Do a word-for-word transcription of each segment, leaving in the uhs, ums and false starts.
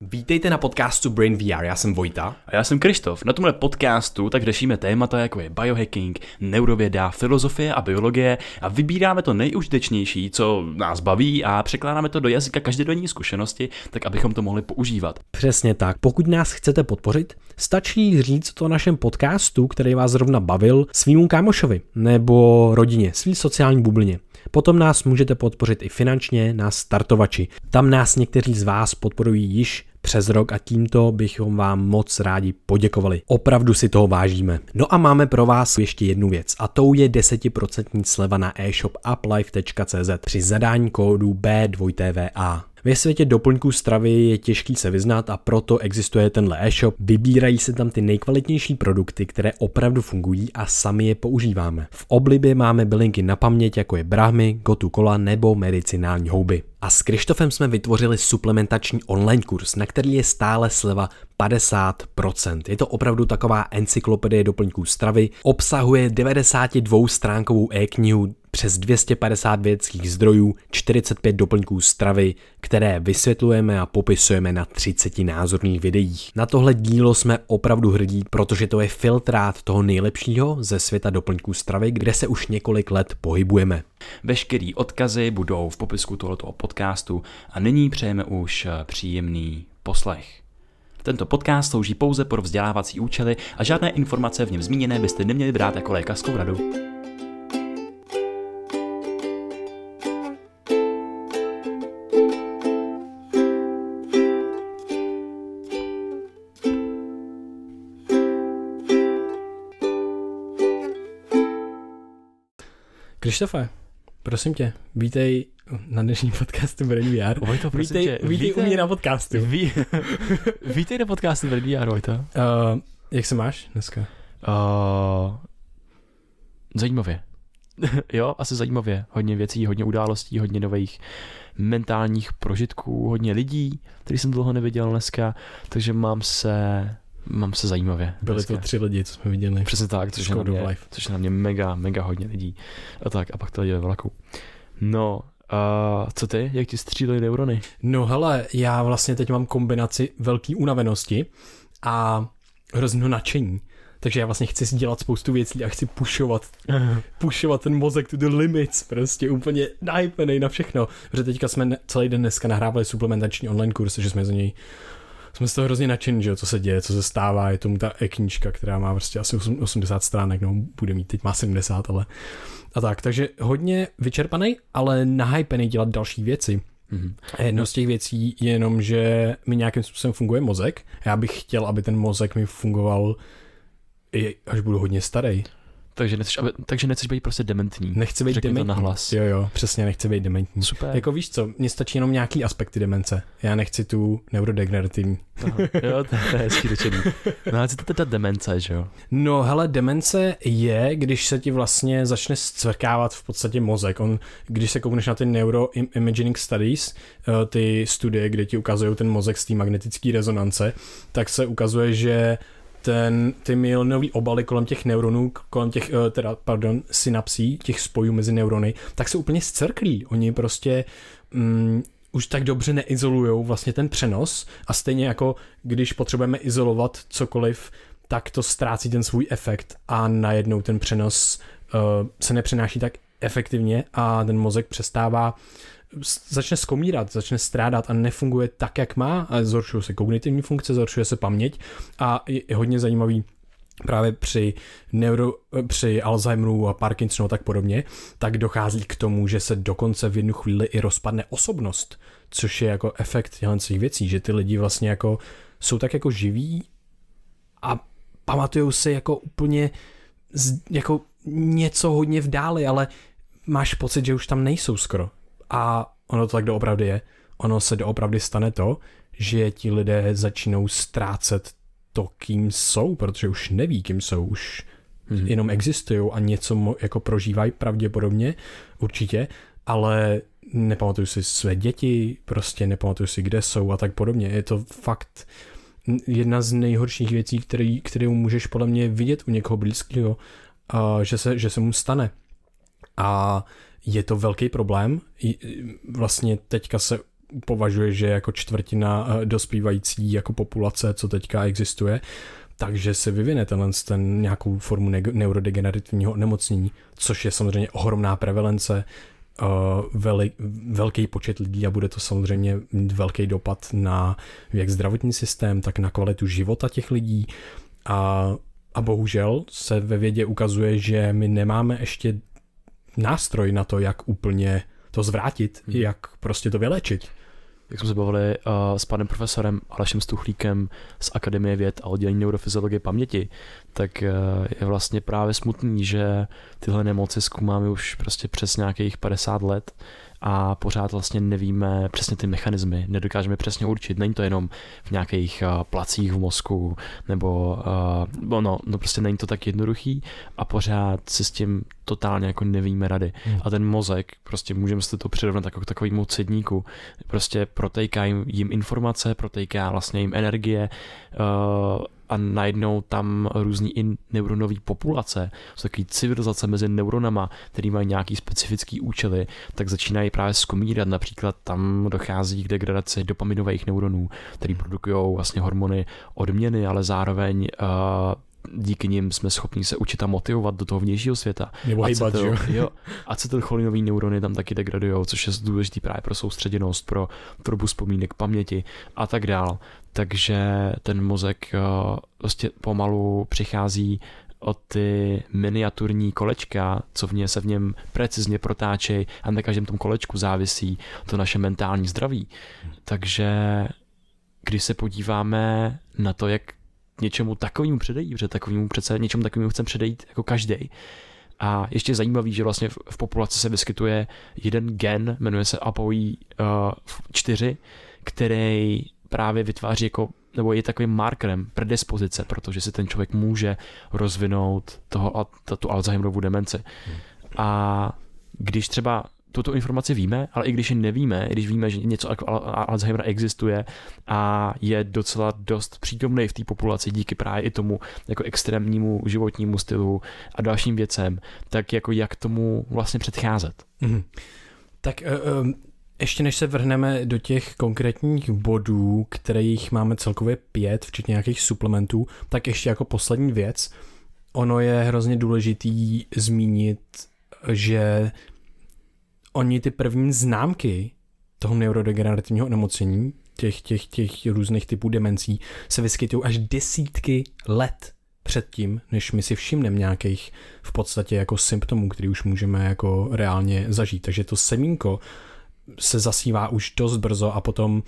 Vítejte na podcastu Brain V R, já jsem Vojta. A já jsem Krištof. Na tomhle podcastu tak řešíme témata jako je biohacking, neurověda, filozofie a biologie a vybíráme to nejužitečnější, co nás baví a překládáme to do jazyka každodenní zkušenosti, tak abychom to mohli používat. Přesně tak. Pokud nás chcete podpořit, stačí říct o našem podcastu, který vás zrovna bavil, svýmu kámošovi nebo rodině, svý sociální bublině. Potom nás můžete podpořit i finančně na Startovači. Tam nás někteří z vás podporují již přes rok a tímto bychom vám moc rádi poděkovali. Opravdu si toho vážíme. No a máme pro vás ještě jednu věc a tou je deset procent sleva na e-shop uplife tečka cé zet při zadání kódu B dva T V A. Ve světě doplňků stravy je těžký se vyznat a proto existuje tenhle e-shop. Vybírají se tam ty nejkvalitnější produkty, které opravdu fungují a sami je používáme. V oblibě máme bylinky na paměť, jako je brahmy, gotu kola nebo medicinální houby. A s Krištofem jsme vytvořili suplementační online kurz, na který je stále sleva padesát procent. Je to opravdu taková encyklopedie doplňků stravy, obsahuje devadesátidvou stránkovou e-knihu, přes dvě stě padesát vědeckých zdrojů, čtyřicet pět doplňků stravy, které vysvětlujeme a popisujeme na třiceti názorných videích. Na tohle dílo jsme opravdu hrdí, protože to je filtrát toho nejlepšího ze světa doplňků stravy, kde se už několik let pohybujeme. Veškerý odkazy budou v popisku tohoto podcastu a nyní přejeme už příjemný poslech. Tento podcast slouží pouze pro vzdělávací účely a žádné informace v něm zmíněné byste neměli brát jako lékařskou radu. Krištofe, prosím tě, vítej na dnešním podcastu Brain V R. Vojto, prosím vítej, tě, vítej u mě na podcastu. Ví, vítej na podcastu Brain V R, Vojto. Uh, jak se máš dneska? Uh, zajímavě. Jo, asi zajímavě. Hodně věcí, hodně událostí, hodně nových mentálních prožitků, hodně lidí, který jsem dlouho neviděl dneska, takže mám se... Mám se zajímavě. Byli dneska. to tři lidi, co jsme viděli. Přesně tak, což je, na mě, což je na mě mega, mega hodně lidí. A tak, a pak to lidi ve vlaku. No, uh, co ty? Jak ti střílely neurony? No hele, já vlastně teď mám kombinaci velké unavenosti a hrozného nadšení. Takže já vlastně chci si dělat spoustu věcí a chci pušovat, pušovat ten mozek to the limits, prostě úplně nahypenej na všechno. Protože teďka jsme celý den dneska nahrávali suplementační online kurz, že jsme za něj jsme z toho hrozně nadšení, že jo, co se děje, co se stává, je tomu ta e-knížka, která má prostě asi osmdesát stránek, no bude mít, teď má sedmdesát, ale a tak, takže hodně vyčerpaný, ale nahypený dělat další věci. Mm-hmm. A jedno z těch věcí je jenom, že mi nějakým způsobem funguje mozek. Já bych chtěl, aby ten mozek mi fungoval i až budu hodně starý. Takže nechceš, aby, takže nechceš být prostě dementní. Nechci být Řekni dementní. To nahlas. Jo, jo, přesně, nechci být dementní. Super. Jako víš co, mně stačí jenom nějaký aspekty demence. Já nechci tu neurodegenerativní. Aha, jo, to, to je hezký řečený. No ale co to teda demence, že jo? No hele, demence je, když se ti vlastně začne zcvrkávat v podstatě mozek. On, když se koukneš na ty neuroimaging studies, ty studie, kde ti ukazují ten mozek z té magnetické rezonance, tak se ukazuje, že ten, ty myelinové obaly kolem těch neuronů, kolem těch, teda, pardon, synapsí, těch spojů mezi neurony, tak se úplně zcrklí. Oni prostě mm, už tak dobře neizolujou vlastně ten přenos a stejně jako když potřebujeme izolovat cokoliv, tak to ztrácí ten svůj efekt a najednou ten přenos uh, se nepřenáší tak efektivně a ten mozek přestává začne skomírat, začne strádat a nefunguje tak, jak má a zhoršuje se kognitivní funkce, zhoršuje se paměť a je hodně zajímavý právě při, neuro, při Alzheimeru a Parkinsonu a tak podobně, tak dochází k tomu, že se dokonce v jednu chvíli i rozpadne osobnost, což je jako efekt těch věcí, že ty lidi vlastně jako jsou tak jako živí a pamatujou si jako úplně jako něco hodně v dáli, ale máš pocit, že už tam nejsou skoro. A ono to tak doopravdy je. Ono se doopravdy stane to, že ti lidé začínou ztrácet to, kým jsou, protože už neví, kým jsou, už hmm. jenom existují a něco jako prožívají pravděpodobně, určitě, ale nepamatuju si své děti, prostě nepamatuju si, kde jsou a tak podobně. Je to fakt jedna z nejhorších věcí, který, kterou můžeš podle mě vidět u někoho blízkého, že se, že se mu stane. A je to velký problém. Vlastně teďka se považuje, že jako čtvrtina dospívající jako populace, co teďka existuje, takže se vyvine tenhle ten nějakou formu neurodegenerativního onemocnění, což je samozřejmě ohromná prevalence, uh, veli, velký počet lidí a bude to samozřejmě mít velký dopad na jak zdravotní systém, tak na kvalitu života těch lidí a, a bohužel se ve vědě ukazuje, že my nemáme ještě nástroj na to, jak úplně to zvrátit, hmm. jak prostě to vylečit. Jak jsme se bavili uh, s panem profesorem Alešem Stuchlíkem z Akademie věd a oddělení neurofyziologie paměti, tak uh, je vlastně právě smutný, že tyhle nemoci zkoumáme už prostě přes nějakých padesát let a pořád vlastně nevíme přesně ty mechanismy, nedokážeme přesně určit. Není to jenom v nějakých uh, placích v mozku, nebo uh, no, no prostě není to tak jednoduchý a pořád si s tím totálně jako nevíme rady. Hmm. A ten mozek, prostě můžeme si to přirovnat jako k takovému cedníku, prostě protejká jim, jim informace, protejká vlastně jim energie uh, a najednou tam různý i neuronový populace, jsou takový civilizace mezi neuronama, který mají nějaký specifický účely, tak začínají právě skomírat, například tam dochází k degradaci dopaminových neuronů, který produkují vlastně hormony odměny, ale zároveň uh, díky nim jsme schopni se učit a motivovat do toho vnějšího světa. Nebo hejbat, jo. Acetylcholinový neurony tam taky degradujou, což je důležitý právě pro soustředěnost, pro tvorbu vzpomínek, paměti a tak dál. Takže ten mozek vlastně pomalu přichází o ty miniaturní kolečka, co v ně se v něm precizně protáčejí a na každém tom kolečku závisí to naše mentální zdraví. Takže když se podíváme na to, jak něčemu takovému předejít, protože takovému přece něčemu takovému chcem předejít jako každej. A ještě je zajímavý, že vlastně v, v populaci se vyskytuje jeden gen, jmenuje se A P O E čtyři, který právě vytváří jako, nebo je takovým markerem predispozice, protože si ten člověk může rozvinout toho, tu Alzheimerovu demenci. Hmm. A když třeba tuto informaci víme, ale i když ji nevíme, když víme, že něco jako Alzheimera existuje a je docela dost přítomný v té populaci díky právě i tomu jako extrémnímu životnímu stylu a dalším věcem, tak jako jak tomu vlastně předcházet? Mm. Tak uh, ještě než se vrhneme do těch konkrétních bodů, kterých máme celkově pět, včetně nějakých suplementů, tak ještě jako poslední věc, ono je hrozně důležitý zmínit, že oni ty první známky toho neurodegenerativního onemocnění, těch, těch, těch různých typů demencí, se vyskytují až desítky let předtím, než my si všimneme nějakých v podstatě jako symptomů, který už můžeme jako reálně zažít. Takže to semínko se zasívá už dost brzo a potom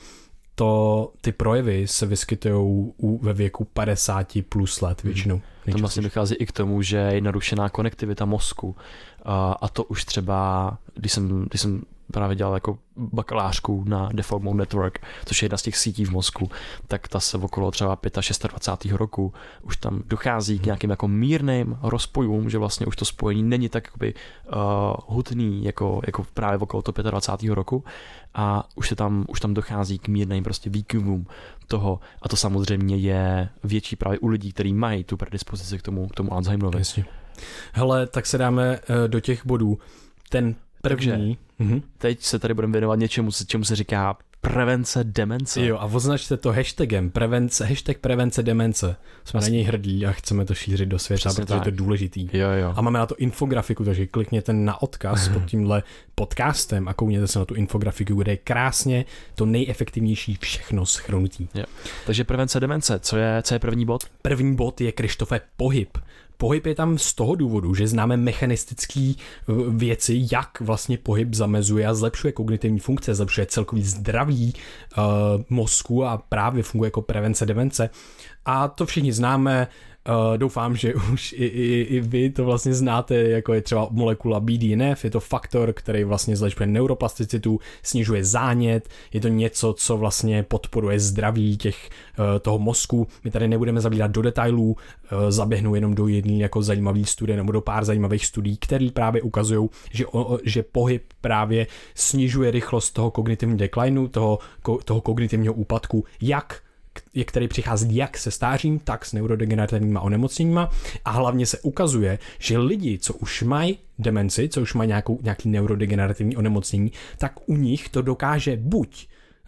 to, ty projevy se vyskytují ve věku padesát plus let většinou. Hmm. Tam vlastně dochází i k tomu, že je narušená konektivita mozku a, a to už třeba, když jsem, když jsem právě dělal jako bakalářku na Default Mode Network, což je jedna z těch sítí v mozku, tak ta se okolo třeba dvacátého pátého roku už tam dochází k nějakým jako mírným rozpojům, že vlastně už to spojení není tak jakoby uh, hutný jako, jako právě okolo toho dvacátého pátého roku a už se tam, už tam dochází k mírným prostě výkyvům toho a to samozřejmě je větší právě u lidí, kteří mají tu predispozici k tomu, k tomu Alzheimerovi. Jasně. Hele, tak se dáme uh, do těch bodů. Ten první. Takže teď se tady budeme věnovat něčemu, čemu se říká prevence demence. Jo, a označte to hashtagem prevence, hashtag prevence demence. Jsme Asi. na něj hrdí a chceme to šířit do světa, Přesně protože tak. je to důležitý. Jo, jo. A máme na to infografiku, takže klikněte na odkaz pod tímhle podcastem a koukněte se na tu infografiku, kde je krásně to nejefektivnější všechno shrnutí. Jo. Takže prevence demence, co je, co je první bod? První bod je, Krištofe, pohyb. Pohyb je tam z toho důvodu, že známe mechanistické věci, jak vlastně pohyb zamezuje a zlepšuje kognitivní funkce, zlepšuje celkový zdraví uh, mozku a právě funguje jako prevence demence. A to všichni známe, uh, doufám, že už i, i, i vy to vlastně znáte, jako je třeba molekula B D N F, je to faktor, který vlastně zlepšuje neuroplasticitu, snižuje zánět, je to něco, co vlastně podporuje zdraví těch, uh, toho mozku. My tady nebudeme zabírat do detailů, uh, zaběhnu jenom do jedné jako zajímavé studie nebo do pár zajímavých studií, které právě ukazují, že, že pohyb právě snižuje rychlost toho kognitivního declineu, toho, toho kognitivního úpadku, jak který přichází jak se stářím, tak s neurodegenerativníma onemocněníma a hlavně se ukazuje, že lidi, co už mají demenci, co už mají nějakou, nějaký neurodegenerativní onemocnění, tak u nich to dokáže buď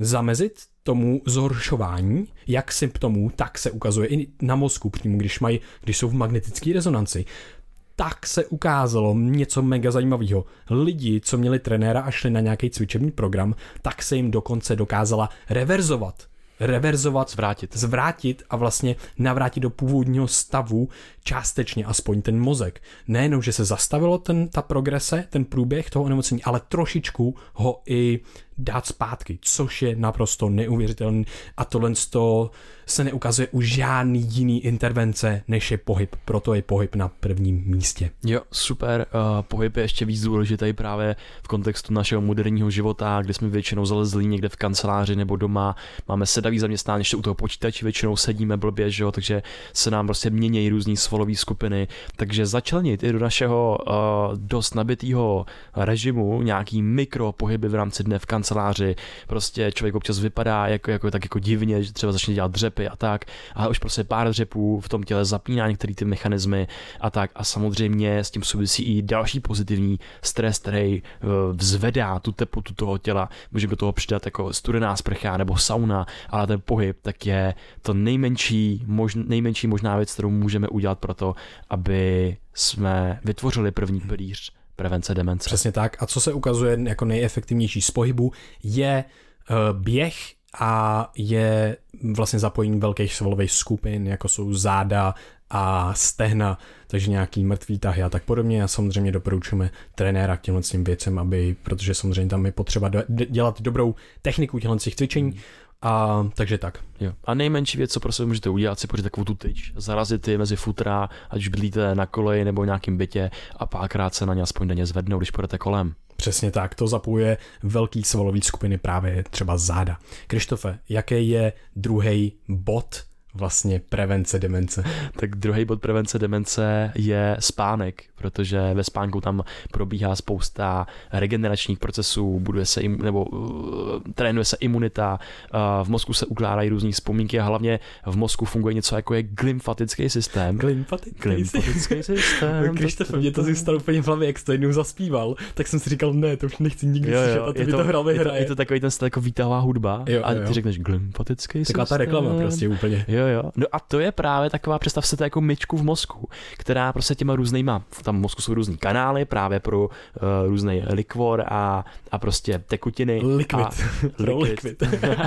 zamezit tomu zhoršování, jak symptomů, tak se ukazuje i na mozku přímo, když, mají, když jsou v magnetické rezonanci, tak se ukázalo něco mega zajímavého. Lidi, co měli trenéra a šli na nějaký cvičební program, tak se jim dokonce dokázala reverzovat. Reverzovat, zvrátit. zvrátit a vlastně navrátit do původního stavu částečně aspoň ten mozek. Nejenom, že se zastavilo ten, ta progrese, ten průběh toho onemocnění, ale trošičku ho i dát zpátky, což je naprosto neuvěřitelné a tohle se neukazuje u žádný jiný intervence, než je pohyb, proto je pohyb na prvním místě. Jo, super, uh, pohyb je ještě víc důležitý právě v kontextu našeho moderního života, kde jsme většinou zalezlí někde v kanceláři nebo doma, máme sedavý zaměstnání, ještě u toho počítače většinou sedíme blbě, že jo, takže se nám prostě mění různý svalové skupiny, takže začlenit i do našeho uh, dost nabitého režimu nějaký mikropohyby v rámci dne v kanceláři, prostě člověk občas vypadá jako, jako, tak jako divně, že třeba začne dělat dřepy a tak, ale už prostě pár dřepů v tom těle zapíná některé ty mechanismy a tak a samozřejmě s tím souvisí i další pozitivní stres, který uh, vzvedá tu teplotu toho těla, můžeme do toho přidat jako studená sprcha nebo sauna, ale ten pohyb tak je to nejmenší, možn, nejmenší možná věc, kterou můžeme udělat pro to, aby jsme vytvořili první pilíř prevence demence. Přesně tak. A co se ukazuje jako nejefektivnější z pohybu je uh, běh a je vlastně zapojení velkých svalových skupin, jako jsou záda a stehna, takže nějaký mrtvý tahy a tak podobně a samozřejmě doporučujeme trenéra k těmhle těm věcem, aby, protože samozřejmě tam je potřeba do, dělat dobrou techniku těchto cvičení. A takže tak. Jo. A nejmenší věc, co prostě můžete udělat, si pořít takovou tu tyč, zarazit ji mezi futra, ať už bydlíte na koleji nebo v nějakém bytě a párkrát se na ně aspoň denně zvednou, když půjdete kolem. Přesně tak, to zapojuje velký svalový skupiny, právě třeba záda. Krištofe, jaký je druhý bod vlastně prevence demence? Tak druhý bod prevence demence je spánek, protože ve spánku tam probíhá spousta regeneračních procesů, buduje se im, nebo uh, trénuje se imunita, uh, v mozku se ukládají různý vzpomínky a hlavně v mozku funguje něco jako je glymfatický systém. Glymfatický, glymfatický systém. Krištofe, mě to zůstalo úplně v hlavě, jak jsi to jednou zaspíval, tak jsem si říkal, ne, to už nechci nikdy slyšet a ty mi to hrál vyhraje. Je to takový ten styl jako výtahová hudba jo, a ty jo. řekneš glymfatický systém. Taková ta reklama prostě úplně. Jo, jo. No a to je právě taková, představ si to jako myčku v mozku, která prostě těma různýma, tam v mozku jsou různý kanály právě pro uh, různý likvor a, a prostě tekutiny. Liquid. A, liquid.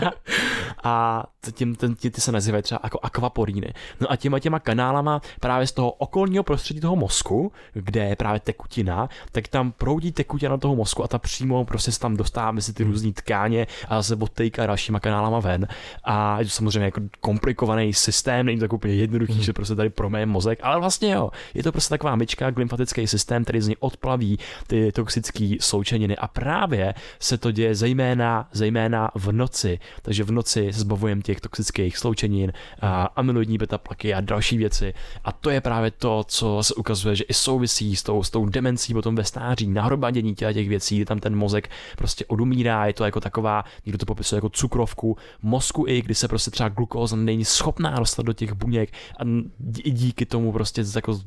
a tím, ten, ty, ty se nazývají třeba jako akvaporíny. No a těma těma kanálama právě z toho okolního prostředí toho mozku, kde je právě tekutina, tak tam proudí tekutina do toho mozku a ta přímo prostě se tam dostává mezi ty různý tkáně a zase odtejká dalšíma kanálama ven. A je to samozřejmě jako komplikovaný systém, není to tak úplně jednoduchý, že prostě tady proměje mozek, ale vlastně jo, je to prostě taková myčka, glymfatický systém, který z něj odplaví ty toxické sloučeniny a právě se to děje zejména, zejména v noci, takže v noci se zbavujeme těch toxických sloučenin, a amyloidní beta plaky a další věci a to je právě to, co se ukazuje, že i souvisí s tou, s tou demencí potom ve stáří, nahromadění těch věcí, kdy tam ten mozek prostě odumírá, je to jako taková, někdo to popisuje jako cukrovku mozku i, kdy se prostě třeba glukóza není schopná dostat do těch buněk a i díky tomu prostě jako uh,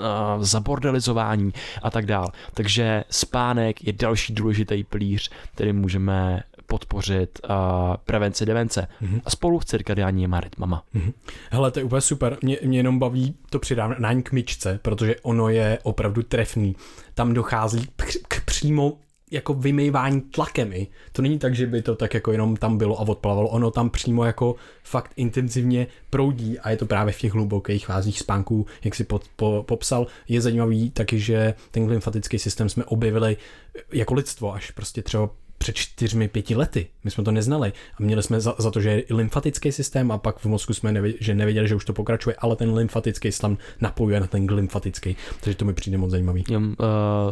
zabordelizování a tak dál. Takže spánek je další důležitý pilíř, který můžeme podpořit uh, prevenci demence mm-hmm. a spolu s cirkadiánníma rytmama. Mm-hmm. Hele, to je úplně super. Mě, mě jenom baví to přidávání k myčce, protože ono je opravdu trefný. Tam dochází k, k přímo jako vymývání tlakem. To není tak, že by to tak jako jenom tam bylo a odplavalo. Ono tam přímo jako fakt intenzivně proudí a je to právě v těch hlubokých fázích spánku, jak si pod, po, popsal. Je zajímavý taky, že ten glymfatický systém jsme objevili jako lidstvo až prostě třeba před čtyřmi, pěti lety. My jsme to neznali a měli jsme za, za to, že je lymfatický systém a pak v mozku jsme nevěděli, že nevěděli, že už to pokračuje, ale ten lymfatický systém napojuje na ten glymfatický, takže to mi přijde moc zajímavý. Um, uh,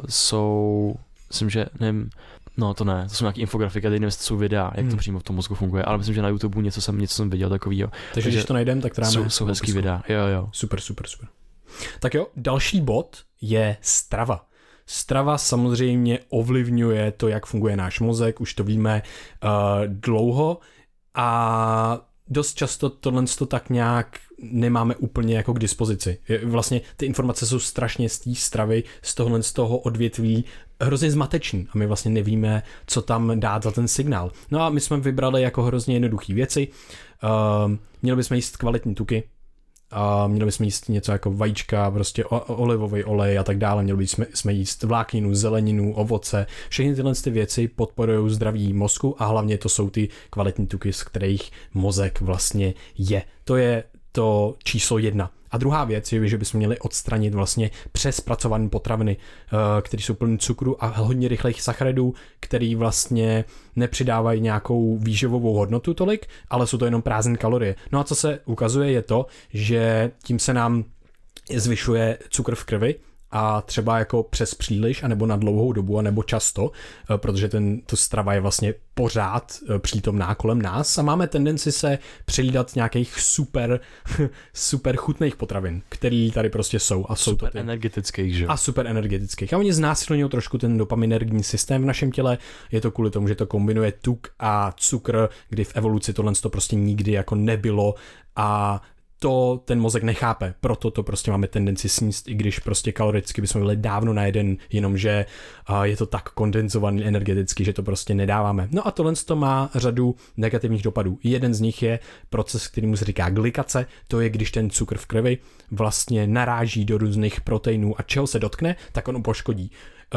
jsou, myslím, že nevím, no to ne, to jsou nějaké infografiky, teď nevím, jsou videa, jak to hmm. přímo v tom mozku funguje, ale myslím, že na YouTube něco jsem, něco jsem viděl takovýho. Takže, takže když to najdeme, tak tráme. Jsou, jsou hezký videa, jo, jo. Super, super, super. Tak jo, další bod je strava. Strava samozřejmě ovlivňuje to, jak funguje náš mozek, už to víme uh, dlouho a dost často tohle to tak nějak nemáme úplně jako k dispozici. Vlastně ty informace jsou strašně z té stravy, z tohohle z toho odvětví hrozně zmateční a my vlastně nevíme, co tam dát za ten signál. No a my jsme vybrali jako hrozně jednoduché věci. Uh, měli bychom jíst kvalitní tuky, a měli bychom jíst něco jako vajíčka, prostě olivový olej a tak dále, měli bychom jsme jíst vlákninu, zeleninu, ovoce, všechny tyhle ty věci podporují zdraví mozku a hlavně to jsou ty kvalitní tuky, z kterých mozek vlastně je. To je to číslo jedna. A druhá věc je, že bychom měli odstranit vlastně přespracované potraviny, které jsou plné cukru a hodně rychlých sacharidů, který vlastně nepřidávají nějakou výživovou hodnotu tolik, ale jsou to jenom prázdné kalorie. No a co se ukazuje je to, že tím se nám zvyšuje cukr v krvi, a třeba jako přes příliš, anebo na dlouhou dobu, anebo často, protože ten, to strava je vlastně pořád přítomná kolem nás a máme tendenci se přijídat nějakých super, super chutných potravin, který tady prostě jsou. A jsou super to ty, energetických, že? A super energetických. A oni znásilňují trošku ten dopaminergní systém v našem těle. Je to kvůli tomu, že to kombinuje tuk a cukr, kdy v evoluci tohle to prostě nikdy jako nebylo a to ten mozek nechápe, proto to prostě máme tendenci sníst, i když prostě kaloricky bychom byli dávno na jeden, jenomže je to tak kondenzovaný energeticky, že to prostě nedáváme. No a tohle to má řadu negativních dopadů. Jeden z nich je proces, kterýmu se říká glikace, to je, když ten cukr v krvi vlastně naráží do různých proteinů a čeho se dotkne, tak ono poškodí.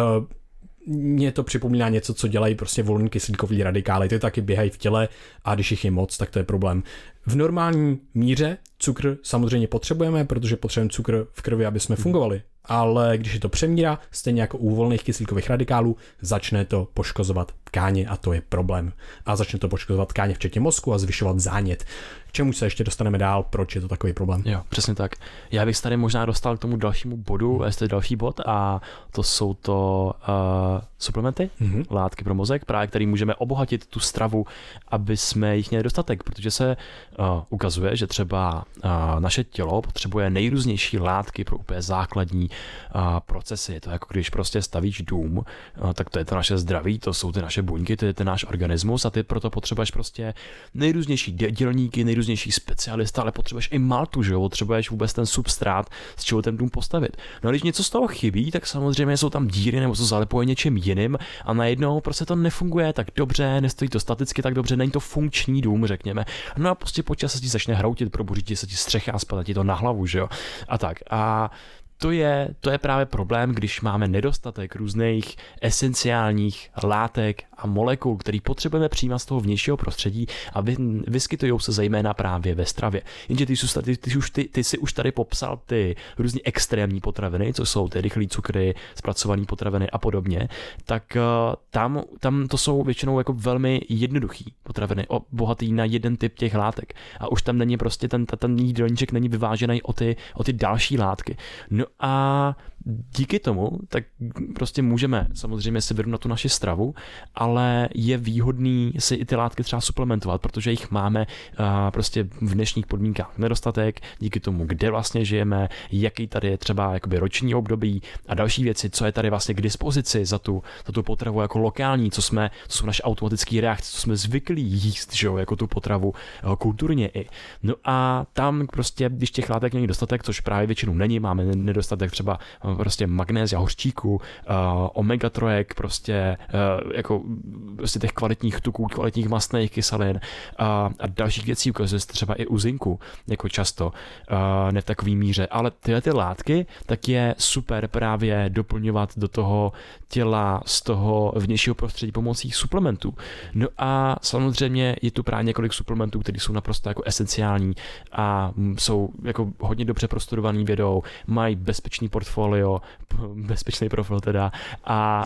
Mně to připomíná něco, co dělají prostě volný kyslíkový radikály, ty taky běhají v těle a když jich je moc, tak to je problém. V normální míře cukr samozřejmě potřebujeme, protože potřebujeme cukr v krvi, aby jsme fungovali, ale když je to přemíra, stejně jako u volných kyslíkových radikálů, začne to poškozovat tkáně a to je problém. A začne to poškozovat tkáně včetně mozku a zvyšovat zánět. K čemu se ještě dostaneme dál, proč je to takový problém? Jo, přesně tak. Já bych se tady možná dostal k tomu dalšímu bodu, hmm. jestli další bod, a to jsou to uh, suplementy, hmm. látky pro mozek, právě který můžeme obohatit tu stravu, aby jsme jich měli dostatek, protože se uh, ukazuje, že třeba uh, naše tělo potřebuje nejrůznější látky pro úplně základní uh, procesy. Je to jako když prostě stavíš dům, uh, tak to je to naše zdraví, to jsou ty naše buňky, to je ten náš organismus a ty proto potřebuješ prostě nejrůznější dělníky, nejrůznější specialista, ale potřebuješ i maltu, že jo, potřebuješ vůbec ten substrát, z čeho ten dům postavit. No a když něco z toho chybí, tak samozřejmě jsou tam díry nebo to zalepuje něčím jiným a najednou prostě to nefunguje tak dobře, nestojí to staticky tak dobře, není to funkční dům, řekněme. No a prostě po čase se ti začne hroutit, probudí ti se ti střecha a spadá ti to na hlavu, že jo. A tak. A To je, to je právě problém, když máme nedostatek různých esenciálních látek a molekul, který potřebujeme přijímat z toho vnějšího prostředí a vy, vyskytují se zejména právě ve stravě. Jenže ty, ty, ty, ty, ty si už tady popsal ty různý extrémní potraviny, co jsou ty rychlé cukry, zpracované potraviny a podobně, tak uh, tam, tam to jsou většinou jako velmi jednoduchý potraviny, bohatý na jeden typ těch látek. A už tam není prostě ten, ten jídelníček není vyvážený o ty, o ty další látky. No a díky tomu, tak prostě můžeme samozřejmě si vyrovnat tu naši stravu, ale je výhodný si i ty látky třeba suplementovat, protože jich máme uh, prostě v dnešních podmínkách nedostatek, díky tomu, kde vlastně žijeme, jaký tady je třeba jakoby roční období a další věci, co je tady vlastně k dispozici za tu, za tu potravu jako lokální, co jsme, co jsou naše automatické reakce, co jsme zvyklí jíst, že jo, jako tu potravu uh, kulturně i. No a tam prostě, když těch látek není dostatek, což právě většinou není, máme nedostatek třeba prostě magnézia, hořčíku, uh, omega tři, prostě uh, jako prostě těch kvalitních tuků, kvalitních mastných kyselin uh, a dalších věcí, ukazuje se třeba i u zinku, jako často, uh, ne v takové míře, ale tyhle ty látky, tak je super právě doplňovat do toho těla z toho vnějšího prostředí pomocí suplementů. No a samozřejmě je tu právě několik suplementů, které jsou naprosto jako esenciální a jsou jako hodně dobře prostudovaný vědou, mají bezpečný portfolio, bezpečný profil teda a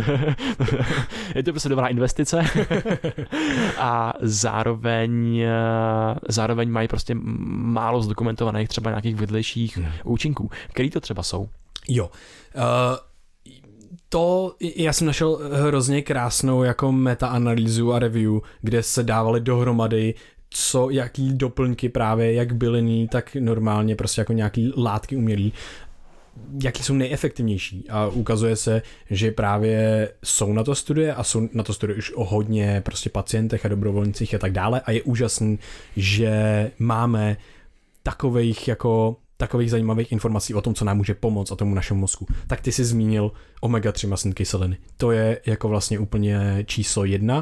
je to prostě dobrá investice a zároveň zároveň mají prostě málo zdokumentovaných třeba nějakých vedlejších hmm. účinků. Který to třeba jsou? Jo. Uh... To, já jsem našel hrozně krásnou jako meta-analýzu a review, kde se dávaly dohromady co, jaký doplňky právě, jak byliny, tak normálně prostě jako nějaký látky umělý, jaký jsou nejefektivnější a ukazuje se, že právě jsou na to studie a jsou na to studie už o hodně prostě pacientech a dobrovolnicích a tak dále a je úžasný, že máme takových jako takových zajímavých informací o tom, co nám může pomoct a tomu našemu mozku. Tak ty jsi zmínil omega tři mastné kyseliny. To je jako vlastně úplně číslo jedna.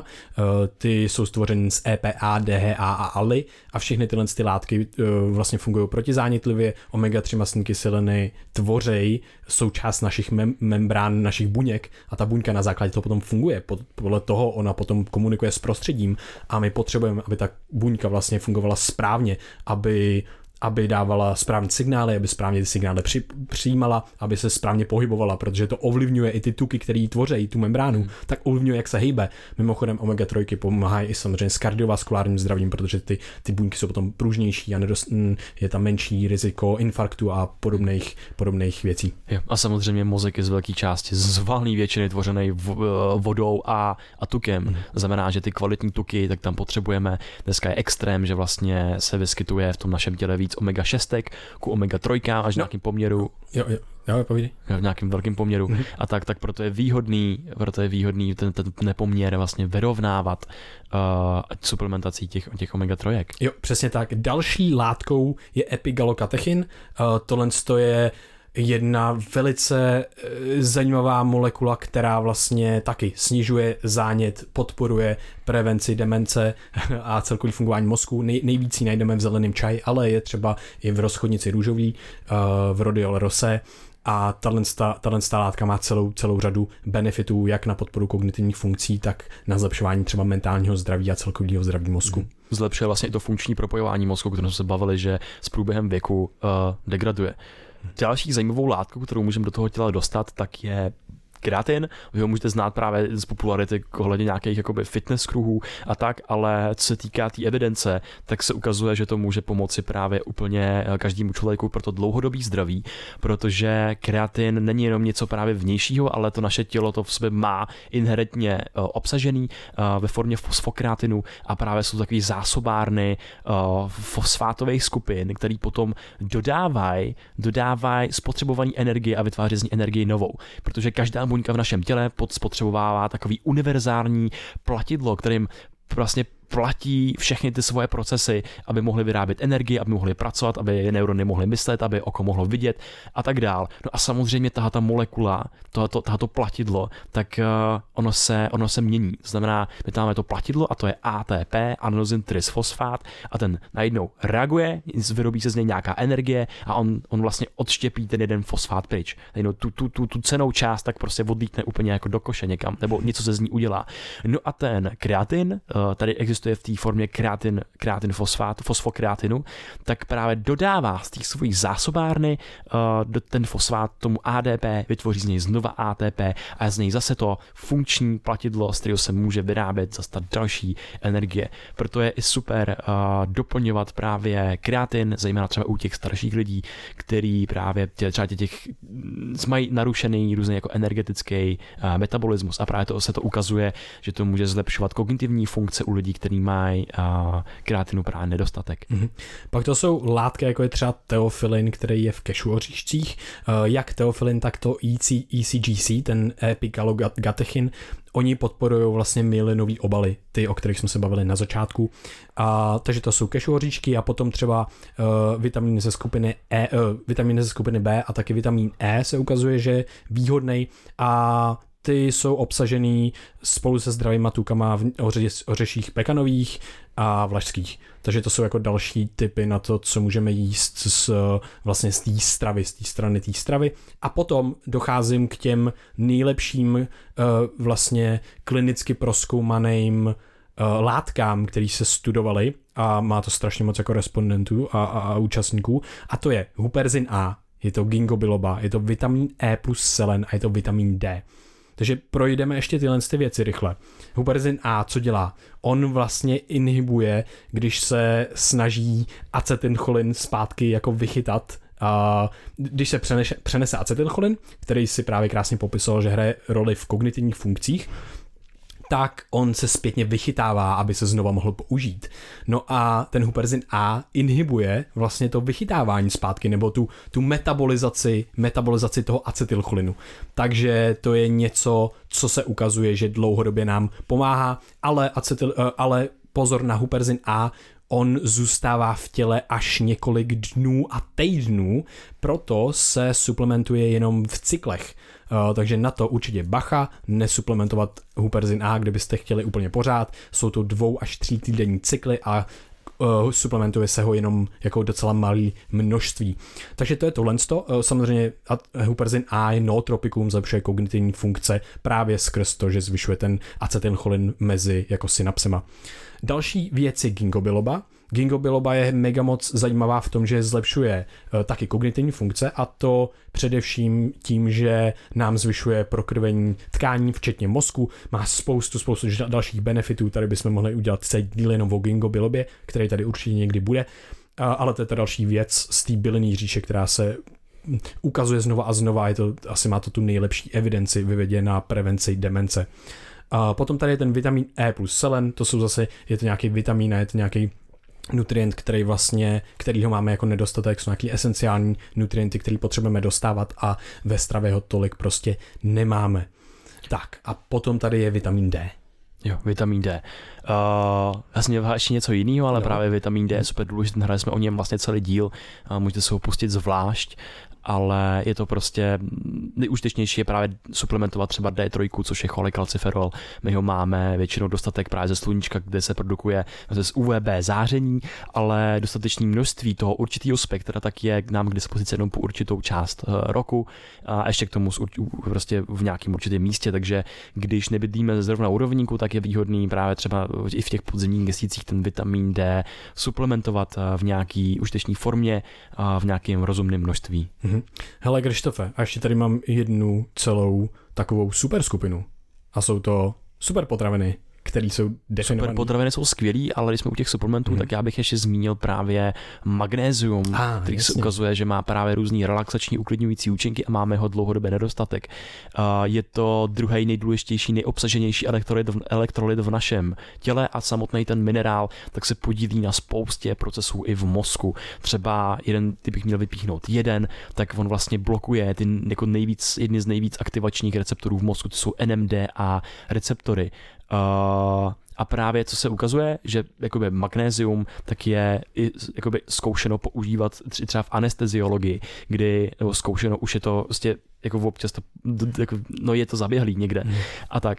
Ty jsou stvořeny z E P A, D H A a A L I a všechny tyhle ty látky vlastně fungují protizánětlivě. omega tři mastné kyseliny tvoří součást našich mem- membrán, našich buněk a ta buňka na základě toho potom funguje. Podle toho ona potom komunikuje s prostředím a my potřebujeme, aby ta buňka vlastně fungovala správně, aby aby dávala správné signály, aby správně ty signály při, přijímala, aby se správně pohybovala, protože to ovlivňuje i ty tuky, které tvoří tu membránu, hmm. tak ovlivňuje, jak se hýbe. Mimochodem omega tři pomáhají i samozřejmě s kardiovaskulárním zdravím, protože ty, ty buňky jsou potom pružnější a nedost, je tam menší riziko infarktu a podobných, podobných věcí. Jo, a samozřejmě mozek je z velké části z valné většiny tvořený vodou a, a tukem. Hmm. Znamená, že ty kvalitní tuky, tak tam potřebujeme. Dneska je extrém, že vlastně se vyskytuje v tom našem těle víc omega šest ku omega tři až v no. nějakém poměru. Jo, jo, jo, povídej. V nějakém velkém poměru. Mm-hmm. A tak, tak proto je výhodný, proto je výhodný ten, ten nepoměr vlastně vyrovnávat uh, suplementací těch, těch omega tři. Jo, přesně tak. Další látkou je epigallokatechin. Uh, tohle je jedna velice zajímavá molekula, která vlastně taky snižuje zánět, podporuje prevenci demence a celkový fungování mozku. Nej, nejvíc ji najdeme v zeleném čaji, ale je třeba i v rozchodnici růžový, v rhodiola rosé. A tato látka má celou, celou řadu benefitů, jak na podporu kognitivních funkcí, tak na zlepšování třeba mentálního zdraví a celkového zdraví mozku. Zlepšuje vlastně i to funkční propojování mozku, o kterém jsme se bavili, že s průběhem věku uh, degraduje. Další zajímavou látku, kterou můžeme do toho těla dostat, tak je kreatin. Vy ho můžete znát právě z popularity ohledně nějakých jakoby fitness kruhů a tak, ale co se týká té tý evidence, tak se ukazuje, že to může pomoci právě úplně každému člověku pro to dlouhodobý zdraví, protože kreatin není jenom něco právě vnějšího, ale to naše tělo to v sobě má inherentně obsažený ve formě fosfokreatinu a právě jsou takový zásobárny fosfátových skupin, který potom dodávají dodávají spotřebovaný energie a vytváří z ní energii novou, protože každá buňka v našem těle spotřebovává takový univerzální platidlo, kterým vlastně platí všechny ty svoje procesy, aby mohly vyrábět energii, aby mohly pracovat, aby neurony mohly myslet, aby oko mohlo vidět a tak dál. No a samozřejmě tato molekula, tohoto, tohoto platidlo, tak uh, ono, se, ono se mění. To znamená, my tam máme to platidlo a to je A T P, adenosine trisfosfát a ten najednou reaguje, vyrobí se z něj nějaká energie a on, on vlastně odštěpí ten jeden fosfát pryč. No, tu, tu, tu, tu cenou část tak prostě odlítne úplně jako do koše někam, nebo něco se z ní udělá. No a ten kreatin, uh, tady existuje v té formě kreatin, kreatin fosfát, fosfokreatinu, tak právě dodává z těch svých zásobárny uh, do ten fosfát tomu A D P, vytvoří z něj znova A T P a z něj zase to funkční platidlo, z kterého se může vyrábět zase ta další energie. Proto je i super uh, doplňovat právě kreatin, zejména třeba u těch starších lidí, který právě tě, třeba těch mají narušený různý jako energetický uh, metabolismus a právě to se to ukazuje, že to může zlepšovat kognitivní funkce u lidí, kteří mají uh, kreatinu právě nedostatek. Mm-hmm. Pak to jsou látky, jako je třeba teofilin, který je v kešu oříšcích. Uh, jak teofilin, tak to E C G C, ten epigallokatechin, oni podporují vlastně myelinové obaly, ty, o kterých jsme se bavili na začátku. A, takže to jsou kešu oříšky a potom třeba uh, vitamíny ze skupiny E, uh, vitamíny ze skupiny B a taky vitamin E se ukazuje, že je výhodnej a ty jsou obsažený spolu se zdravýma tukama v oře, ořeších pekanových a vlašských. Takže to jsou jako další typy na to, co můžeme jíst z, vlastně z té stravy, z té strany té stravy. A potom docházím k těm nejlepším vlastně klinicky prozkoumaným látkám, který se studovali a má to strašně moc jako respondentů a, a, a účastníků. A to je huperzin A, je to ginkgo biloba, je to vitamin E plus selen a je to vitamin D. Takže projdeme ještě tyhle ty věci rychle. Huperzin A, co dělá? On vlastně inhibuje, když se snaží acetylcholin zpátky jako vychytat. A když se přenese, přenese acetylcholin, který si právě krásně popisoval, že hraje roli v kognitivních funkcích, tak on se zpětně vychytává, aby se znova mohl použít. No a ten huperzin A inhibuje vlastně to vychytávání zpátky, nebo tu, tu metabolizaci, metabolizaci toho acetylcholinu. Takže to je něco, co se ukazuje, že dlouhodobě nám pomáhá, ale, acetyl, ale pozor na huperzin A, on zůstává v těle až několik dnů a týdnů, proto se suplementuje jenom v cyklech. Uh, takže na to určitě bacha, nesuplementovat Huperzin A, kdybyste chtěli úplně pořád. Jsou to dvou až tří týdenní cykly a uh, suplementuje se ho jenom jako docela malý množství. Takže to je tohle. Uh, samozřejmě Huperzin A je nootropikum, zlepšuje kognitivní funkce právě skrz to, že zvyšuje ten acetylcholin mezi jako synapsema. Další věc je ginkgo biloba. Ginkgo biloba je mega moc zajímavá v tom, že zlepšuje uh, taky kognitivní funkce, a to především tím, že nám zvyšuje prokrvení tkání, včetně mozku. Má spoustu, spoustu dalších benefitů. Tady bychom mohli udělat celý díl jenom o ginkgo bilobě, který tady určitě někdy bude. Uh, ale to je ta další věc z té bylinné říše, která se ukazuje znova a znova. Je to, asi má to tu nejlepší evidenci ve vědě na prevenci demence. A potom tady je ten vitamin E plus selen, to jsou zase, je to nějaký vitamin, je to nějaký nutrient, který vlastně, kterýho máme jako nedostatek, jsou nějaký esenciální nutrienty, který potřebujeme dostávat a ve stravě ho tolik prostě nemáme. Tak a potom tady je vitamin D. Jo, vitamin D. Uh, já jsem měl ještě něco jiného, ale no. právě vitamin D je super důležitý, hráli jsme o něm vlastně celý díl, uh, můžete se ho pustit zvlášť, ale je to prostě nejúžitečnější je právě suplementovat třeba D tři, což je cholecalciferol. My ho máme většinou dostatek právě ze sluníčka, kde se produkuje z U V B záření, ale dostatečné množství toho určitého spektra tak je nám k dispozici jenom po určitou část roku a ještě k tomu prostě v nějakém určitém místě, takže když nebydlíme zrovna u rovníku, tak je výhodný právě třeba i v těch podzemních měsících ten vitamin D suplementovat v nějaký užitečné formě a v nějakém rozumném množství. Mm-hmm. Hele, Krištofe, a ještě tady mám jednu celou takovou super skupinu. A jsou to super potraviny, které jsou definované. Super potraviny jsou skvělý, ale když jsme u těch suplementů, hmm. tak já bych ještě zmínil právě magnézium, ah, který jasně. se ukazuje, že má právě různý relaxační uklidňující účinky a máme ho dlouhodobě nedostatek. Je to druhý nejdůležitější, nejobsaženější elektrolyt v, elektrolyt v našem těle a samotný ten minerál tak se podílí na spoustě procesů i v mozku. Třeba jeden, kdybych měl vypíchnout jeden, tak on vlastně blokuje ty jako nejvíc, jedny z nejvíc aktivačních receptorů v mozku, to jsou N M D A receptory. Uh, a právě co se ukazuje, že jakoby magnézium tak je i, jakoby zkoušeno používat třeba v anesteziologii, kdy nebo zkoušeno už je to prostě jako občas to, jako, no je to zaběhlý někde mm. a tak.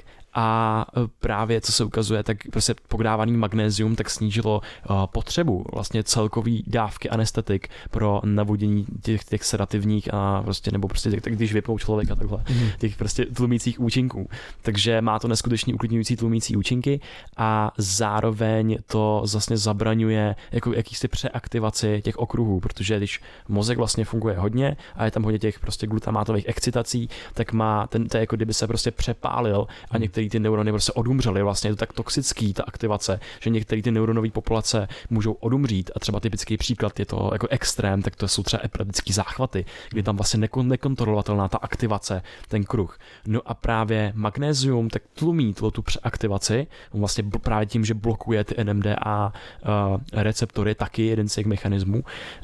A právě co se ukazuje, tak prostě podávaný magnézium tak snížilo uh, potřebu vlastně celkový dávky anestetik pro navodění těch, těch sedativních a prostě nebo prostě těch, když vypnou člověka takhle, mm. těch prostě tlumících účinků. Takže má to neskutečně uklidňující tlumící účinky a zároveň to vlastně zabraňuje jako jakýsi přeaktivaci těch okruhů, protože když mozek vlastně funguje hodně a je tam hodně těch prostě glutamátových excitací, tak má ten, to je jako kdyby se prostě přepálil a některé ty neurony prostě odumřely. Vlastně je to tak toxický, ta aktivace, že některé ty neuronové populace můžou odumřít a třeba typický příklad je to jako extrém, tak to jsou třeba epileptické záchvaty, kdy tam vlastně nekon, nekontrolovatelná ta aktivace, ten kruh. No a právě magnézium tak tlumí tu přeaktivaci, vlastně právě tím, že blokuje ty N M D A uh, receptory, taky jeden z těch mechanismů uh,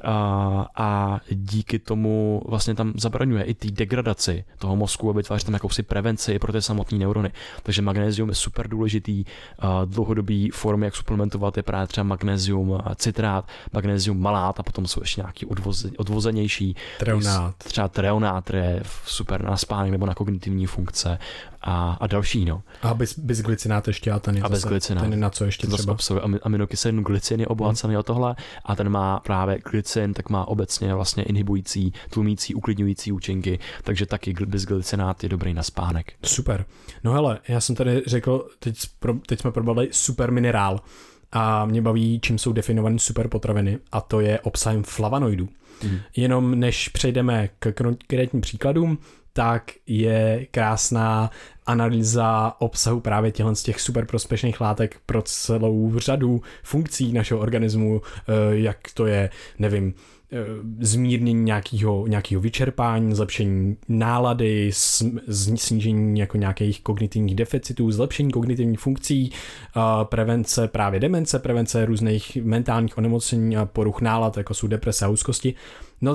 a díky tomu vlastně tam zabraňuje i té degradaci toho mozku a vytváří tam jakousi prevenci pro ty samotné neurony. Takže magnézium je super důležitý. Dlouhodobý formy, jak suplementovat, je právě třeba magnézium citrát, magnézium malát a potom jsou ještě nějaký odvoze, odvozenější. Treonát. Třeba treonát je super na spánek nebo na kognitivní funkce a, a další. No. A bez, bezglycinát ještě a ten je, a zase, ten je na co ještě to třeba? Obsahuje aminokyselinu glycin je obohacený hmm. o tohle a ten má právě glycin, tak má obecně vlastně inhibující, tlumící, uklidňující účinky, takže taky bezglycinát je dobrý na spánek. Super. No hele, já jsem tady řekl, teď, teď jsme probrali super minerál a mě baví, čím jsou definované super potraviny a to je obsahem flavonoidů. Hmm. Jenom než přejdeme k konkrétním příkladům, tak je krásná analýza obsahu právě těchto z těch super prospěšných látek pro celou řadu funkcí našeho organismu, jak to je, nevím, zmírnění nějakého, nějakého vyčerpání, zlepšení nálady, snížení jako nějakých kognitivních deficitů, zlepšení kognitivních funkcí, prevence právě demence, prevence různých mentálních onemocnění a poruch nálad, jako jsou deprese a úzkosti. No tak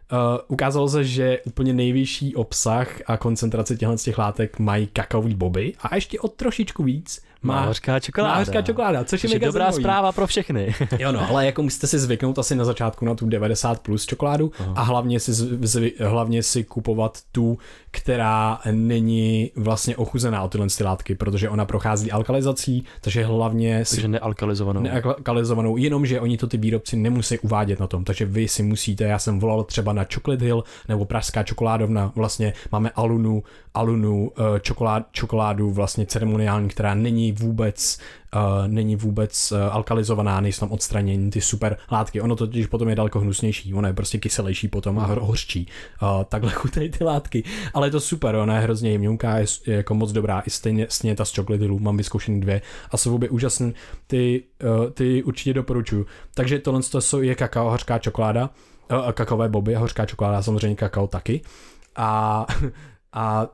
ukázalo se, že úplně nejvyšší obsah a koncentrace těchto těch látek mají kakaový boby a ještě o trošičku víc má hořká čokoláda. Má hořká čokoláda, což je mega dobrá zajímavý. Zpráva pro všechny. Jo no, ale jako musíte si zvyknout asi na začátku na tu devadesát plus čokoládu Aha. a hlavně si, zv, hlavně si kupovat tu, která není vlastně ochuzená o tyhle ty látky, protože ona prochází alkalizací, takže hlavně si... Takže nealkalizovanou. Nealkalizovanou, jenomže oni to ty výrobci nemusí uvádět na tom, takže vy si musíte, já jsem volal třeba na Chocolate Hill nebo Pražská čokoládovna, vlastně máme Alunu, Alunu čokolád, čokoládu vlastně ceremoniální, která není vůbec Uh, není vůbec uh, alkalizovaná, nejsou tam odstranění ty super látky. Ono to totiž potom je daleko hnusnější, ono je prostě kyselější potom a hořčí. Uh, takhle chutají ty látky. Ale je to super, ona je hrozně jemňunká, je, je jako moc dobrá. I stejně, stejně ta z Chocolate Hillu, mám vyzkoušený dvě a jsou obě úžasný. Ty, uh, ty určitě doporučuju. Takže tohle to je kakao, hořká čokoláda, uh, kakaové boby a hořká čokoláda, samozřejmě kakao taky. A, a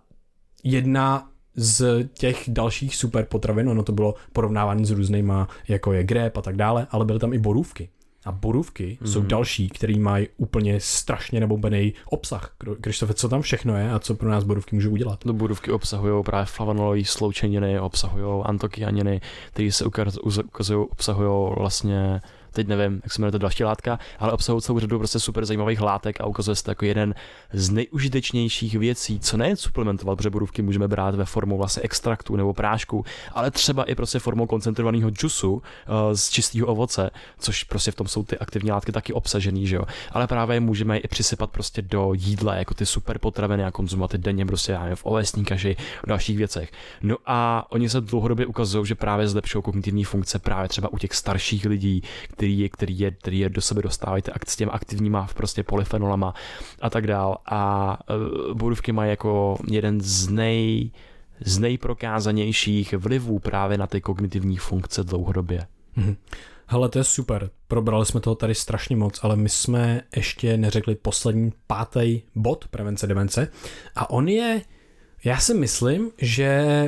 jedna z těch dalších super potravin, ono to bylo porovnávané s různýma, jako je grép a tak dále, ale byly tam i borůvky. A borůvky mm. jsou další, který mají úplně strašně nebombený obsah. Krištofe, co tam všechno je a co pro nás borůvky můžou udělat? No, borůvky obsahují právě flavonolové sloučeniny, obsahují antokyaniny, které se ukazují, obsahují vlastně, teď nevím, jak se jmenuje to další látka, ale obsahují celou řadu prostě super zajímavých látek a ukazuje se to jako jeden z nejužitečnějších věcí, co nejen suplementovat, protože borůvky můžeme brát ve formou vlastně extraktu nebo prášku, ale třeba i prostě formou koncentrovaného džusu uh, z čistého ovoce, což prostě v tom jsou ty aktivní látky taky obsažený, že jo. Ale právě můžeme i přisypat prostě do jídla, jako ty super potraviny a konzumovat denně prostě já nevím, v ovesní kaši, v dalších věcech. No a oni se dlouhodobě ukazují, že právě zlepšují kognitivní funkce právě třeba u těch starších lidí, který je, který je, který je do sebe dostávají s těmi aktivníma prostě polyfenolama a tak dál. A uh, borůvky mají jako jeden z nej z nejprokázanějších vlivů právě na ty kognitivní funkce dlouhodobě. Mhm. Hele, to je super. Probrali jsme toho tady strašně moc, ale my jsme ještě neřekli poslední pátý bod prevence demence. A on je, já si myslím, že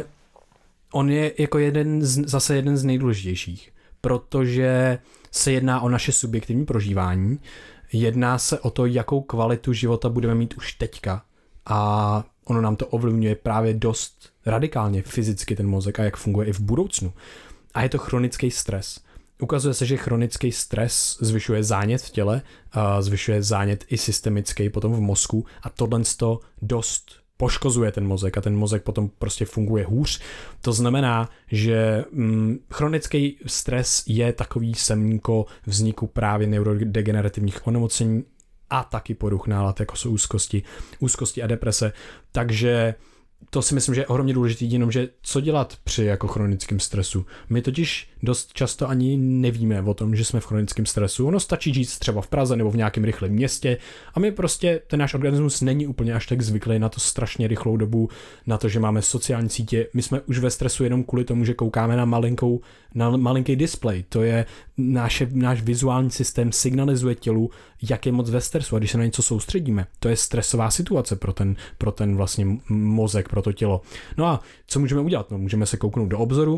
on je jako jeden z, zase jeden z nejdůležitějších, protože se jedná o naše subjektivní prožívání, jedná se o to, jakou kvalitu života budeme mít už teďka a ono nám to ovlivňuje právě dost radikálně fyzicky ten mozek a jak funguje i v budoucnu. A je to chronický stres. Ukazuje se, že chronický stres zvyšuje zánět v těle, zvyšuje zánět i systemický potom v mozku a tohle to dost poškozuje ten mozek a ten mozek potom prostě funguje hůř. To znamená, že hm, chronický stres je takový semínko vzniku právě neurodegenerativních onemocnění a taky poruch nálad, jako jsou úzkosti, úzkosti a deprese. Takže to si myslím, že je ohromně důležitý, jenom že co dělat při jako chronickém stresu. My totiž dost často ani nevíme o tom, že jsme v chronickém stresu. Ono stačí žít třeba v Praze nebo v nějakém rychlém městě a my prostě, ten náš organismus není úplně až tak zvyklý na to strašně rychlou dobu, na to, že máme sociální sítě. My jsme už ve stresu jenom kvůli tomu, že koukáme na malinkou, na malinký displej. To je naše, náš vizuální systém signalizuje tělu, jak je moc ve stresu a když se na něco soustředíme, to je stresová situace pro ten, pro ten vlastně mozek, pro to tělo. No a co můžeme udělat? No, můžeme se kouknout do obzoru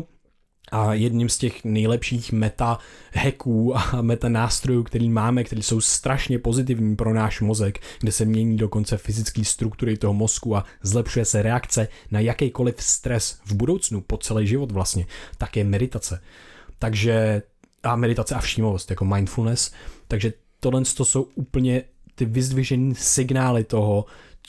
a jedním z těch nejlepších meta hacků a meta nástrojů, který máme, které jsou strašně pozitivní pro náš mozek, kde se mění dokonce fyzické struktury toho mozku a zlepšuje se reakce na jakýkoliv stres v budoucnu, po celý život vlastně, tak je meditace. Takže a meditace a všímavost, jako mindfulness. Takže tohle to jsou úplně ty vyzdvižené signály toho,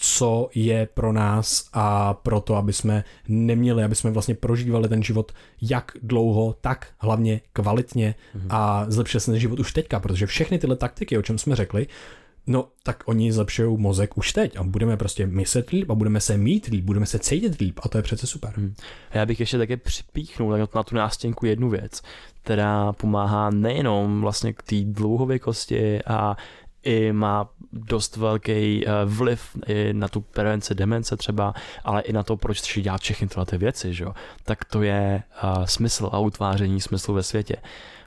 co je pro nás a pro to, aby jsme neměli, aby jsme vlastně prožívali ten život jak dlouho, tak hlavně kvalitně mm-hmm. a zlepšili se ten život už teďka, protože všechny tyhle taktiky, o čem jsme řekli, no tak oni zlepšují mozek už teď a budeme prostě myslet líp a budeme se mít líp, budeme se cítit líp a to je přece super. Hmm. Já bych ještě také připíchnul na tu nástěnku jednu věc, která pomáhá nejenom vlastně k té dlouhověkosti a i má dost velký vliv i na tu prevenci demence třeba, ale i na to, proč si dělat všechny tyhle ty věci, že jo? Tak to je uh, smysl a utváření smyslu ve světě.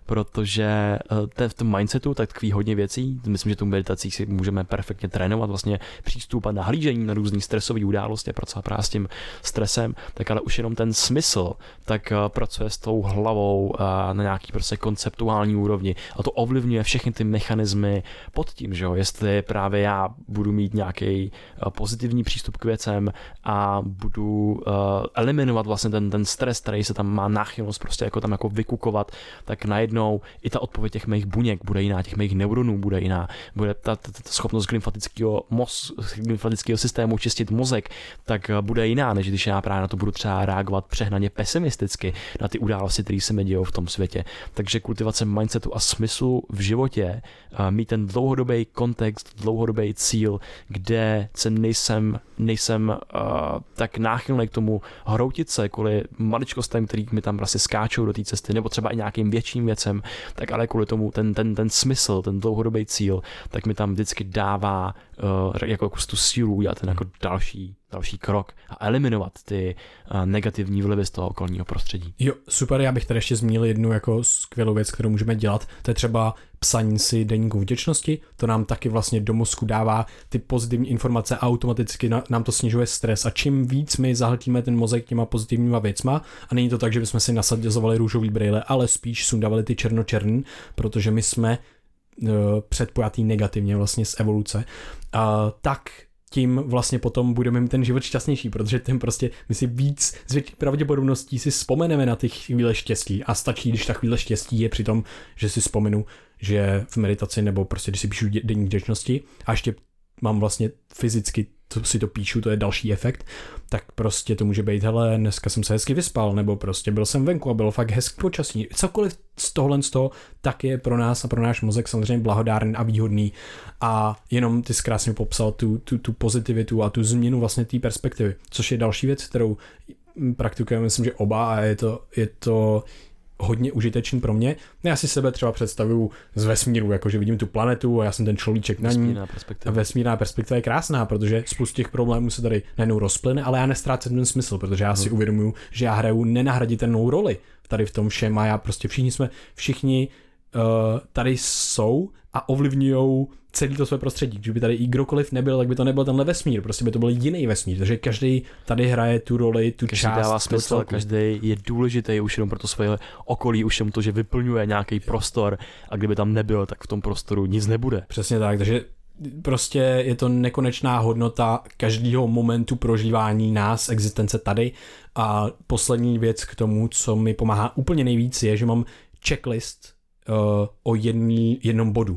protože te, v tom mindsetu tak tkví hodně věcí. Myslím, že tu meditací si můžeme perfektně trénovat vlastně přístup a nahlížení na různý stresové události, pracovat právě s tím stresem, tak ale už jenom ten smysl, tak pracuje s tou hlavou na nějaký prostě konceptuální úrovni a to ovlivňuje všechny ty mechanismy pod tím, že jo, jestli právě já budu mít nějaký pozitivní přístup k věcem a budu uh, eliminovat vlastně ten, ten stres, který se tam má náchylnost prostě jako tam jako vykukovat, tak najednou i ta odpověď těch mých buněk bude jiná, těch mých neuronů bude jiná, bude ta, ta, ta schopnost glymfatického mos, glymfatického systému čistit mozek, tak bude jiná, než když já právě na to budu třeba reagovat přehnaně pesimisticky na ty události, které se mi dějou v tom světě. Takže kultivace mindsetu a smyslu v životě, uh, mít ten dlouhodobý kontext, dlouhodobý cíl, kde se nejsem, nejsem uh, tak náchylný k tomu hroutit se kvůli maličkostem, který mi tam vlastně skáčou do té cesty, nebo třeba i nějakým větším věcem, tak ale kvůli tomu ten, ten, ten smysl, ten dlouhodobý cíl, tak mi tam vždycky dává uh, jako tu sílu udělat ten jako další, další krok a eliminovat ty uh, negativní vlivy z toho okolního prostředí. Jo, super, já bych tady ještě zmínil jednu jako skvělou věc, kterou můžeme dělat, to je třeba psaní si deníku vděčnosti, to nám taky vlastně do mozku dává ty pozitivní informace a automaticky nám to snižuje stres a čím víc my zahltíme ten mozek těma pozitivníma věcma a není to tak, že bychom si nasadzovali růžový brýle, ale spíš sundávali ty černočerný, protože my jsme uh, předpojatý negativně vlastně z evoluce, uh, tak tím vlastně potom budeme mít ten život šťastnější, protože tím prostě my si víc z větší pravděpodobností si vzpomeneme na ty chvíle štěstí a stačí, když ta chvíle štěstí je při tom, že si vzpomenu, že v meditaci nebo prostě když si píšu deník vděčnosti a ještě mám vlastně fyzicky to, si to píšu, to je další efekt, tak prostě to může být, hele, dneska jsem se hezky vyspal, nebo prostě byl jsem venku a bylo fakt hezky počasí. Cokoliv z tohohle z toho, tak je pro nás a pro náš mozek samozřejmě blahodárný a výhodný a jenom ty jsi krásně popsal tu, tu, tu pozitivitu a tu změnu vlastně té perspektivy, což je další věc, kterou praktikujeme, myslím, že oba a je to, je to hodně užitečný pro mě. Já si sebe třeba představuju z vesmíru, jakože vidím tu planetu a já jsem ten človíček na ní. Vesmírná perspektiva. A vesmírná perspektiva je krásná, protože spoustu těch problémů se tady najednou rozplyne, ale já nestrácím ten smysl, protože já si hmm. uvědomuju, že já hraju nenahraditelnou roli tady v tom všem a já prostě všichni jsme, všichni uh, tady jsou a ovlivňujou celý to své prostředí. Kdyby tady i kdokoliv nebyl, tak by to nebyl tenhle vesmír, prostě by to byl jiný vesmír, takže každý tady hraje tu roli, tu každý část. Dává smysl, každý je důležitý už jenom pro to svoje okolí, už jenom to, že vyplňuje nějaký prostor a kdyby tam nebyl, tak v tom prostoru nic nebude. Přesně tak, takže prostě je to nekonečná hodnota každého momentu prožívání nás, existence tady a poslední věc k tomu, co mi pomáhá úplně nejvíc je, že mám checklist uh, o jedný, jednom bodu.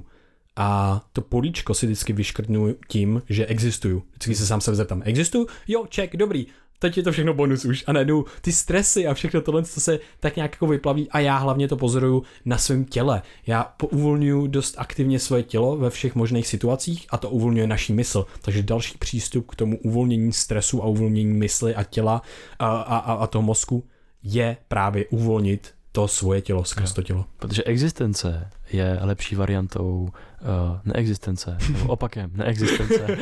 A to políčko si vždycky vyškrtnu tím, že existuju. Vždycky se sám se zeptám, existuju? Jo, check, dobrý. Teď je to všechno bonus už a najednou ty stresy a všechno tohle, co se tak nějak jako vyplaví a já hlavně to pozoruju na svém těle. Já uvolňuju dost aktivně svoje tělo ve všech možných situacích a to uvolňuje naší mysl. Takže další přístup k tomu uvolnění stresu a uvolnění mysli a těla a, a, a toho mozku je právě uvolnit to svoje tělo, skrz to tělo. Protože existence je lepší variantou uh, neexistence, nebo opakem neexistence.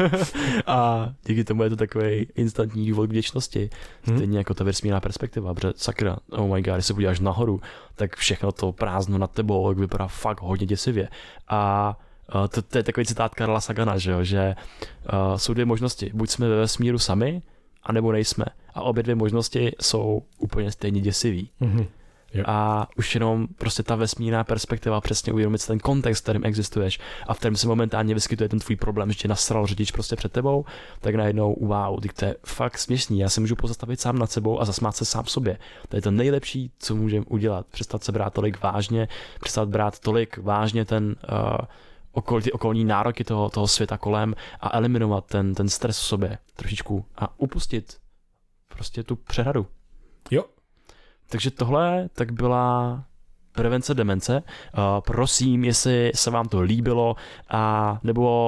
A díky tomu je to takový instantní důvod vděčnosti. Hmm. Stejně jako ta vesmírná perspektiva, protože sakra, oh my god, když se podíváš nahoru, tak všechno to prázdno nad tebou jak vypadá fakt hodně děsivě. A uh, to, to je takový citát Karla Sagana, že, jo, že uh, jsou dvě možnosti. Buď jsme ve vesmíru sami, anebo nejsme. A obě dvě možnosti jsou úplně stejně děsivý. Hmm. Jo. A už jenom prostě ta vesmírná perspektiva, přesně uvědomit si ten kontext, v kterým existuješ a v kterém se momentálně vyskytuje ten tvůj problém, že tě nasral řidič prostě před tebou, tak najednou wow, to je fakt směšný, já se můžu pozastavit sám nad sebou a zasmát se sám sobě. To je to nejlepší, co můžeme udělat, přestat se brát tolik vážně, přestat brát tolik vážně ten uh, okol, ty okolní nároky toho, toho světa kolem a eliminovat ten, ten stres v sobě trošičku a upustit prostě tu přehradu. Jo. Takže tohle tak byla prevence demence. Uh, prosím, jestli se vám to líbilo a nebo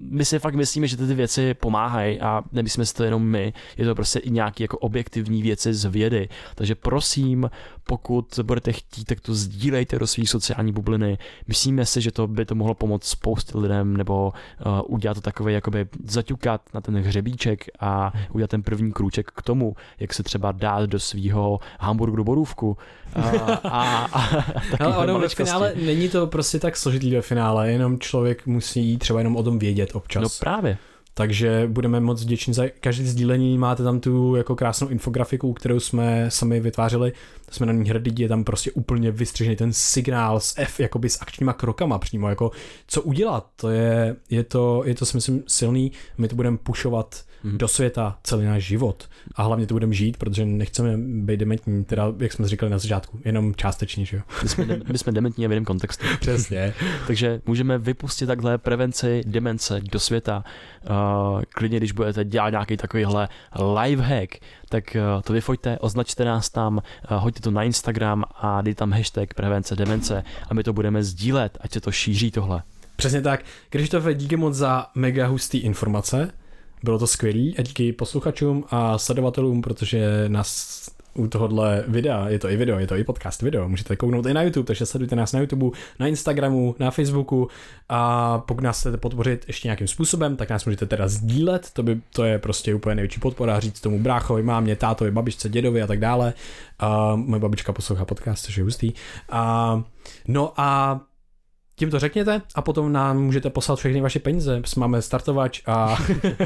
my si fakt myslíme, že ty, ty věci pomáhají a nemyslíme si to jenom my, je to prostě i nějaké jako objektivní věci z vědy. Takže prosím, pokud budete chtít, tak to sdílejte do svých sociální bubliny. Myslíme si, že to by to mohlo pomoct spoustě lidem, nebo uh, udělat to takové, jakoby zaťukat na ten hřebíček a udělat ten první krůček k tomu, jak se třeba dát do svýho hamburgeru borůvku. Uh, a, a, a ale ono ve finále není to prostě tak složitý ve finále, jenom člověk musí třeba jenom o tom vědět občas. No právě. Takže budeme moc vděční za každé sdílení, máte tam tu jako krásnou infografiku, kterou jsme sami vytvářeli, jsme na ní hrdí, je tam prostě úplně vystřižený ten signál s F, jakoby s akčníma krokama přímo, jako co udělat, to je, je to, je to si myslím silný, my to budeme pušovat hmm. do světa celý náš život a hlavně to budeme žít, protože nechceme být dementní, teda jak jsme říkali na začátku, jenom částečně, že jo. My jsme, de- my jsme dementní a v jiném kontextu. Přesně. Takže můžeme vypustit takhle prevenci demence do světa. Uh, klidně, když budete dělat nějaký takovýhle lifehack, tak uh, to vyfoďte, označte nás tam, uh, hoďte to na Instagram a dejte tam hashtag prevence demence a my to budeme sdílet, ať se to šíří tohle. Přesně tak. Krištofe, díky moc za mega hustý informace. Bylo to skvělý a díky posluchačům a sledovatelům, protože nás u tohohle videa, je to i video, je to i podcast video, můžete kouknout i na YouTube, takže sledujte nás na YouTube, na Instagramu, na Facebooku a pokud nás chcete podpořit ještě nějakým způsobem, tak nás můžete teda sdílet, to, by, to je prostě úplně největší podpora, říct tomu bráchovi, mámě, tátovi, babičce, dědovi a tak dále. A moje babička poslouchá podcast, což je hustý. A, no a tím to řekněte a potom nám můžete poslat všechny vaše peníze. Máme startovač a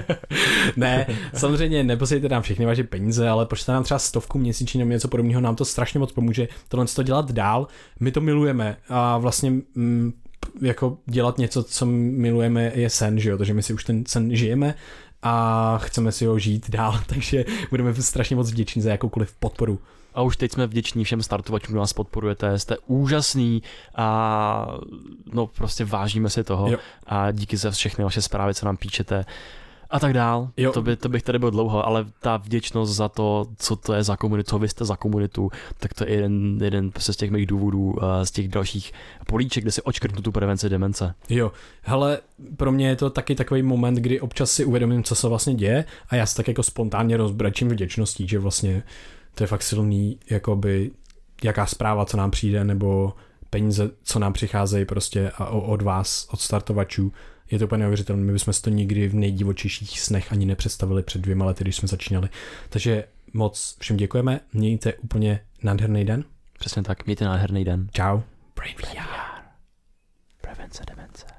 ne, samozřejmě neposílejte nám všechny vaše peníze, ale pošlete nám třeba stovku měsíčně nebo něco podobného, nám to strašně moc pomůže tohle to dělat dál. My to milujeme a vlastně mm, jako dělat něco, co milujeme, je sen, že jo, takže my si už ten sen žijeme a chceme si ho žít dál, takže budeme strašně moc vděční za jakoukoliv podporu. A už teď jsme vděční všem startovačům, kdo nás podporujete, jste úžasný a no prostě vážíme si toho jo. A díky za všechny vaše zprávy, co nám píšete a tak dál. To, by, to bych tady byl dlouho, ale ta vděčnost za to, co to je za komunitu, co vy jste za komunitu, tak to je jeden, jeden z těch mých důvodů, z těch dalších políček, kde si očkrtnu tu prevenci demence. Jo, hele, pro mě je to taky takový moment, kdy občas si uvědomím, co se vlastně děje a já si tak jako spontánně rozbračím vděčností, že vlastně to je fakt silný, jakoby, jaká zpráva, co nám přijde, nebo peníze, co nám přicházejí prostě a od vás, od startovačů. Je to úplně neuvěřitelné. My bychom si to nikdy v nejdivočejších snech ani nepředstavili před dvěma lety, když jsme začínali. Takže moc všem děkujeme. Mějte úplně nádherný den. Přesně tak, mějte nádherný den. Čau. Brain V R. Prevence demence.